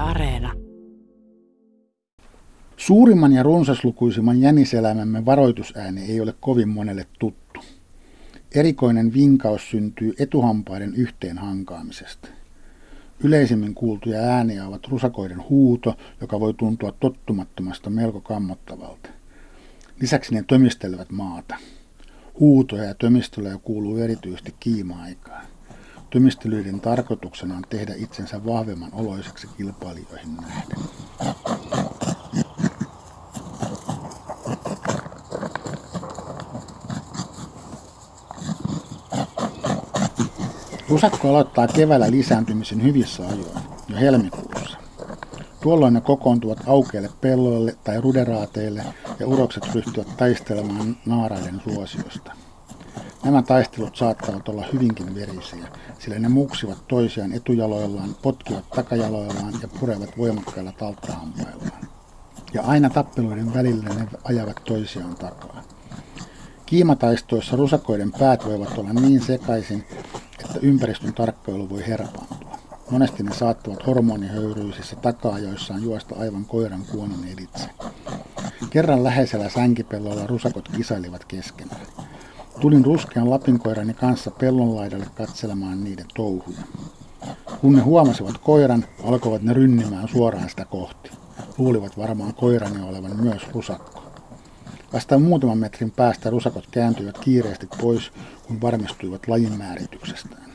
Areena. Suurimman ja runsaslukuisimman jäniselämämme varoitusääni ei ole kovin monelle tuttu. Erikoinen vinkaus syntyy etuhampaiden yhteen hankaamisesta. Yleisimmin kuultuja ääniä ovat rusakoiden huuto, joka voi tuntua tottumattomasta melko kammottavalta. Lisäksi ne tömistelevät maata. Huutoja ja tömistelyjä kuuluu erityisesti kiima-aikaan. Tömistelyiden tarkoituksena on tehdä itsensä vahvemman oloiseksi kilpailijoihin nähden. Rusakko aloittaa keväällä lisääntymisen hyvissä ajoin, jo helmikuussa. Tuolloin ne kokoontuvat aukeille pelloille tai ruderaateille ja urokset ryhtyvät taistelemaan naaraiden suosiosta. Nämä taistelut saattavat olla hyvinkin verisiä, sillä ne muksivat toisiaan etujaloillaan, potkivat takajaloillaan ja purevat voimakkailla talttahampaillaan. Ja aina tappeluiden välillä ne ajavat toisiaan takaa. Kiimataistoissa rusakoiden päät voivat olla niin sekaisin, että ympäristön tarkkailu voi herpaantua. Monesti ne saattavat hormonihöyryisissä taka-ajoissaan juosta aivan koiran kuonon editse. Kerran läheisellä sänkipellolla rusakot kisailivat keskenään. Tulin ruskean lapinkoirani kanssa pellon laidalle katselemaan niiden touhuja. Kun ne huomasivat koiran, alkoivat ne rynnimään suoraan sitä kohti. Luulivat varmaan koirani olevan myös rusakko. Vasta muutaman metrin päästä rusakot kääntyivät kiireesti pois, kun varmistuivat lajin määrityksestään.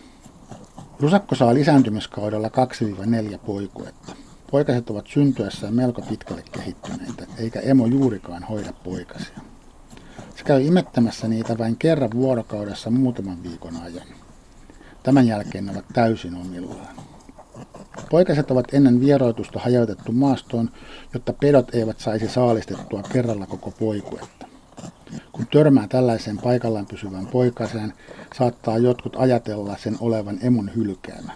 Rusakko saa lisääntymiskaudella 2-4 poikuetta. Poikaset ovat syntyessään melko pitkälle kehittyneitä, eikä emo juurikaan hoida poikasia. Se käy imettämässä niitä vain kerran vuorokaudessa muutaman viikon ajan. Tämän jälkeen ne ovat täysin omillaan. Poikaset ovat ennen vieroitusta hajoitettu maastoon, jotta pedot eivät saisi saalistettua kerralla koko poikuetta. Kun törmää tällaiseen paikallaan pysyvään poikaseen, saattaa jotkut ajatella sen olevan emon hylkäämä.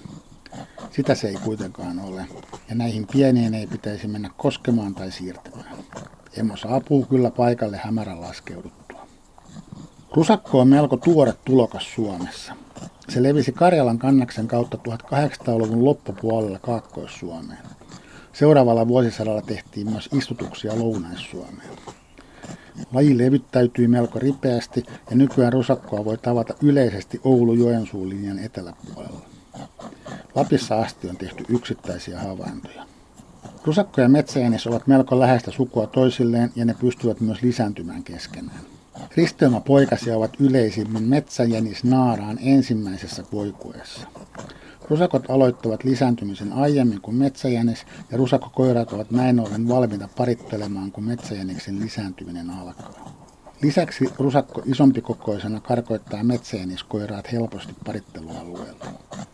Sitä se ei kuitenkaan ole, ja näihin pieniin ei pitäisi mennä koskemaan tai siirtämään. Emo saapuu kyllä paikalle hämärän laskeuduttua. Rusakko on melko tuore tulokas Suomessa. Se levisi Karjalan kannaksen kautta 1800-luvun loppupuolella Kaakkois-Suomeen. Seuraavalla vuosisadalla tehtiin myös istutuksia Lounais-Suomeen. Laji levyttäytyi melko ripeästi ja nykyään rusakkoa voi tavata yleisesti Oulu-Joensuun linjan eteläpuolella. Lapissa asti on tehty yksittäisiä havaintoja. Rusakko ja metsäjänis ovat melko läheistä sukua toisilleen ja ne pystyvät myös lisääntymään keskenään. Risteymäpoikasia ovat yleisimmin metsäjänis naaraan ensimmäisessä poikueessa. Rusakot aloittavat lisääntymisen aiemmin kuin metsäjänis ja rusakkokoirat ovat näin ollen valmiita parittelemaan, kun metsäjäniksen lisääntyminen alkaa. Lisäksi rusakko isompikokoisena karkoittaa metsäjäniskoiraat helposti parittelualueelta.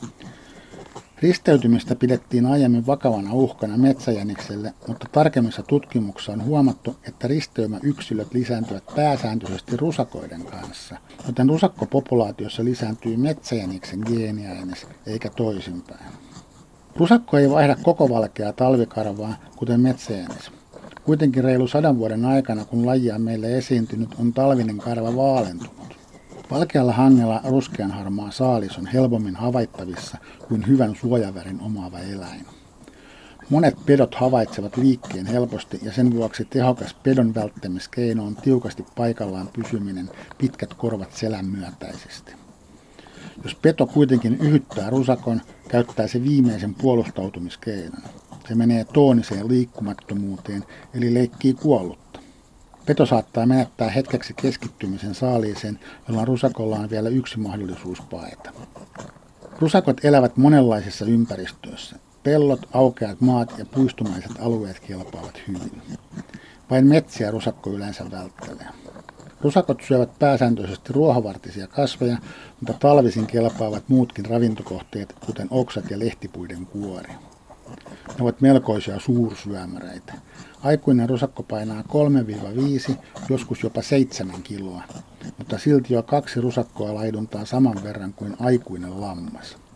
Risteytymistä pidettiin aiemmin vakavana uhkana metsäjänikselle, mutta tarkemmissa tutkimuksissa on huomattu, että risteymäyksilöt lisääntyvät pääsääntöisesti rusakoiden kanssa, joten rusakkopopulaatiossa lisääntyy metsäjäniksen geeniaines eikä toisinpäin. Rusakko ei vaihda koko valkeaa talvikarvaa, kuten metsäjänis. Kuitenkin reilu 100 vuoden aikana, kun lajia on meille esiintynyt, on talvinen karva vaalentunut. Valkealla hangella ruskeanharmaa saalis on helpommin havaittavissa kuin hyvän suojavärin omaava eläin. Monet pedot havaitsevat liikkeen helposti ja sen vuoksi tehokas pedon välttämiskeino on tiukasti paikallaan pysyminen, pitkät korvat selän myötäisesti. Jos peto kuitenkin yhyttää rusakon, käyttää se viimeisen puolustautumiskeinon. Se menee tooniseen liikkumattomuuteen eli leikkii kuollutta. Peto saattaa menettää hetkeksi keskittymisen saaliiseen, jolloin rusakolla on vielä yksi mahdollisuus paeta. Rusakot elävät monenlaisissa ympäristöissä. Pellot, aukeat maat ja puistumaiset alueet kelpaavat hyvin. Vain metsiä rusakko yleensä välttelee. Rusakot syövät pääsääntöisesti ruohovartisia kasveja, mutta talvisin kelpaavat muutkin ravintokohteet, kuten oksat ja lehtipuiden kuori. Ne ovat melkoisia suursyömäreitä. Aikuinen rusakko painaa 3-5, joskus jopa 7 kiloa, mutta silti jo 2 rusakkoa laiduntaa saman verran kuin aikuinen lammas.